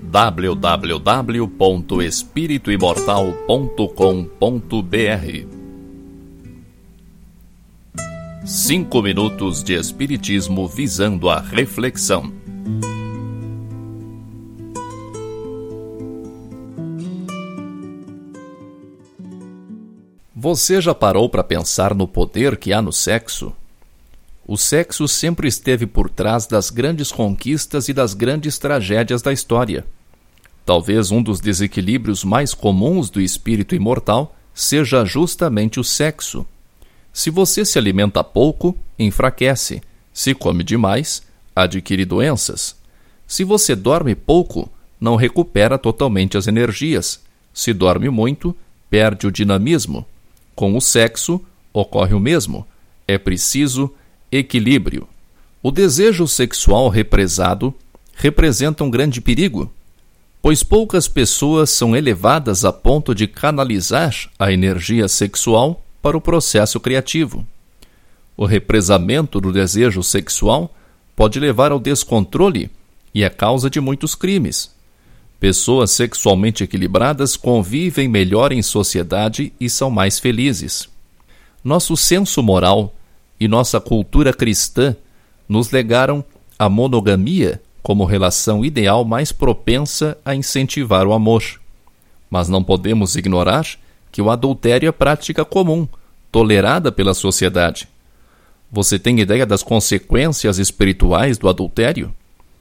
www.espirituimortal.com.br 5 minutos de Espiritismo visando a reflexão. Você já parou para pensar no poder que há no sexo? O sexo sempre esteve por trás das grandes conquistas e das grandes tragédias da história. Talvez um dos desequilíbrios mais comuns do espírito imortal seja justamente o sexo. Se você se alimenta pouco, enfraquece. Se come demais, adquire doenças. Se você dorme pouco, não recupera totalmente as energias. Se dorme muito, perde o dinamismo. Com o sexo, ocorre o mesmo. É preciso equilíbrio. O desejo sexual represado representa um grande perigo, pois poucas pessoas são elevadas a ponto de canalizar a energia sexual para o processo criativo. O represamento do desejo sexual pode levar ao descontrole e é causa de muitos crimes. Pessoas sexualmente equilibradas convivem melhor em sociedade e são mais felizes. Nosso senso moral e nossa cultura cristã nos legaram a monogamia como relação ideal mais propensa a incentivar o amor. Mas não podemos ignorar que o adultério é prática comum, tolerada pela sociedade. Você tem ideia das consequências espirituais do adultério?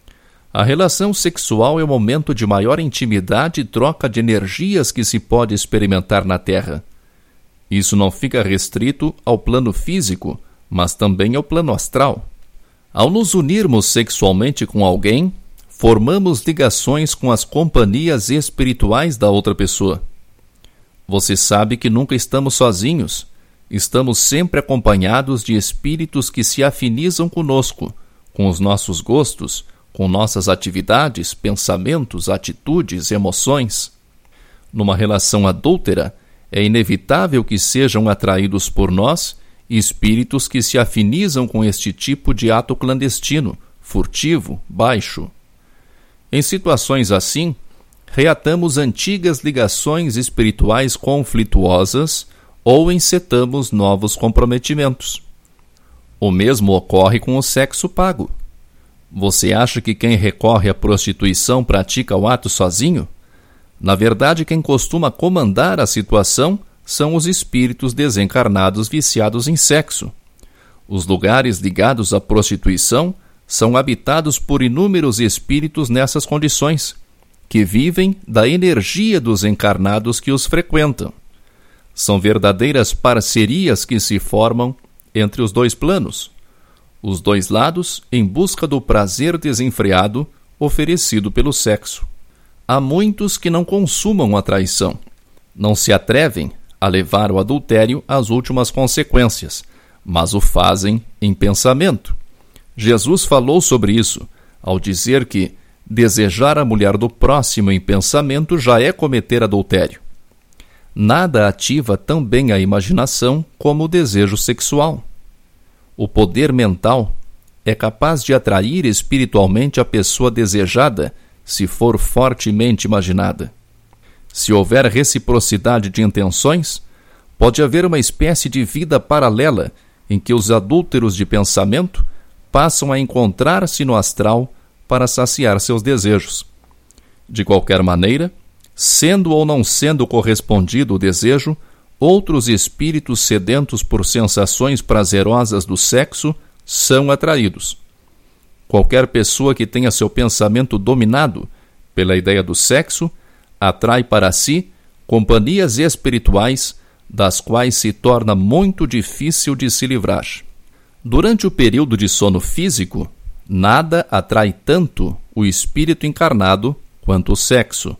A relação sexual é o momento de maior intimidade e troca de energias que se pode experimentar na Terra. Isso não fica restrito ao plano físico, mas também ao plano astral. Ao nos unirmos sexualmente com alguém, formamos ligações com as companhias espirituais da outra pessoa. Você sabe que nunca estamos sozinhos. Estamos sempre acompanhados de espíritos que se afinizam conosco, com os nossos gostos, com nossas atividades, pensamentos, atitudes, emoções. Numa relação adúltera, é inevitável que sejam atraídos por nós espíritos que se afinizam com este tipo de ato clandestino, furtivo, baixo. Em situações assim, reatamos antigas ligações espirituais conflituosas ou encetamos novos comprometimentos. O mesmo ocorre com o sexo pago. Você acha que quem recorre à prostituição pratica o ato sozinho? Na verdade, quem costuma comandar a situação são os espíritos desencarnados viciados em sexo. Os lugares ligados à prostituição são habitados por inúmeros espíritos nessas condições, que vivem da energia dos encarnados que os frequentam. São verdadeiras parcerias que se formam entre os dois planos, os dois lados em busca do prazer desenfreado oferecido pelo sexo. Há muitos que não consumam a traição, não se atrevem a levar o adultério às últimas consequências, mas o fazem em pensamento. Jesus falou sobre isso, ao dizer que desejar a mulher do próximo em pensamento já é cometer adultério. Nada ativa tão bem a imaginação como o desejo sexual. O poder mental é capaz de atrair espiritualmente a pessoa desejada se for fortemente imaginada. Se houver reciprocidade de intenções, pode haver uma espécie de vida paralela em que os adúlteros de pensamento passam a encontrar-se no astral para saciar seus desejos. De qualquer maneira, sendo ou não sendo correspondido o desejo, outros espíritos sedentos por sensações prazerosas do sexo são atraídos. Qualquer pessoa que tenha seu pensamento dominado pela ideia do sexo atrai para si companhias espirituais das quais se torna muito difícil de se livrar. Durante o período de sono físico, nada atrai tanto o espírito encarnado quanto o sexo.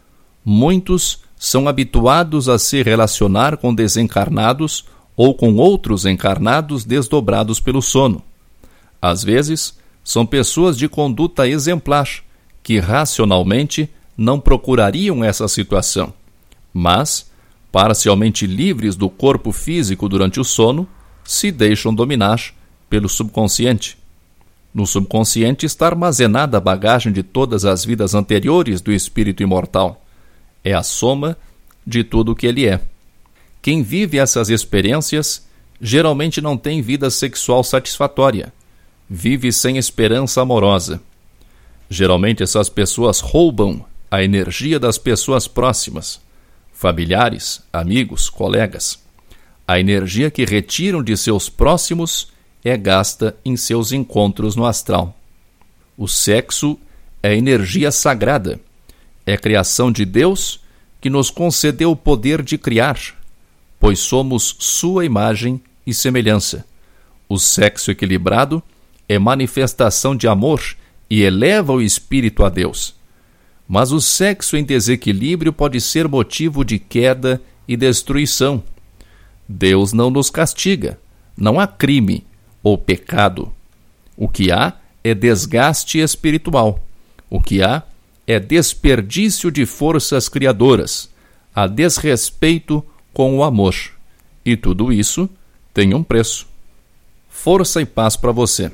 Muitos são habituados a se relacionar com desencarnados ou com outros encarnados desdobrados pelo sono. Às vezes, são pessoas de conduta exemplar, que racionalmente não procurariam essa situação, mas, parcialmente livres do corpo físico durante o sono, se deixam dominar pelo subconsciente. No subconsciente está armazenada a bagagem de todas as vidas anteriores do espírito imortal. É a soma de tudo o que ele é. Quem vive essas experiências geralmente não tem vida sexual satisfatória. Vive sem esperança amorosa. Geralmente essas pessoas roubam a energia das pessoas próximas, familiares, amigos, colegas. A energia que retiram de seus próximos é gasta em seus encontros no astral. O sexo é energia sagrada. É criação de Deus que nos concedeu o poder de criar, pois somos sua imagem e semelhança. O sexo equilibrado é manifestação de amor e eleva o espírito a Deus. Mas o sexo em desequilíbrio pode ser motivo de queda e destruição. Deus não nos castiga. Não há crime ou pecado. O que há é desgaste espiritual. O que há é desperdício de forças criadoras. Há desrespeito com o amor. E tudo isso tem um preço. Força e paz para você.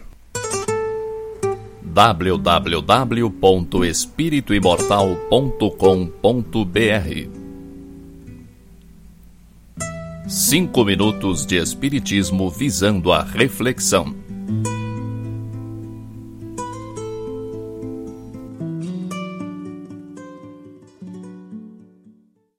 www.espirituimortal.com.br 5 minutos de espiritismo visando a reflexão.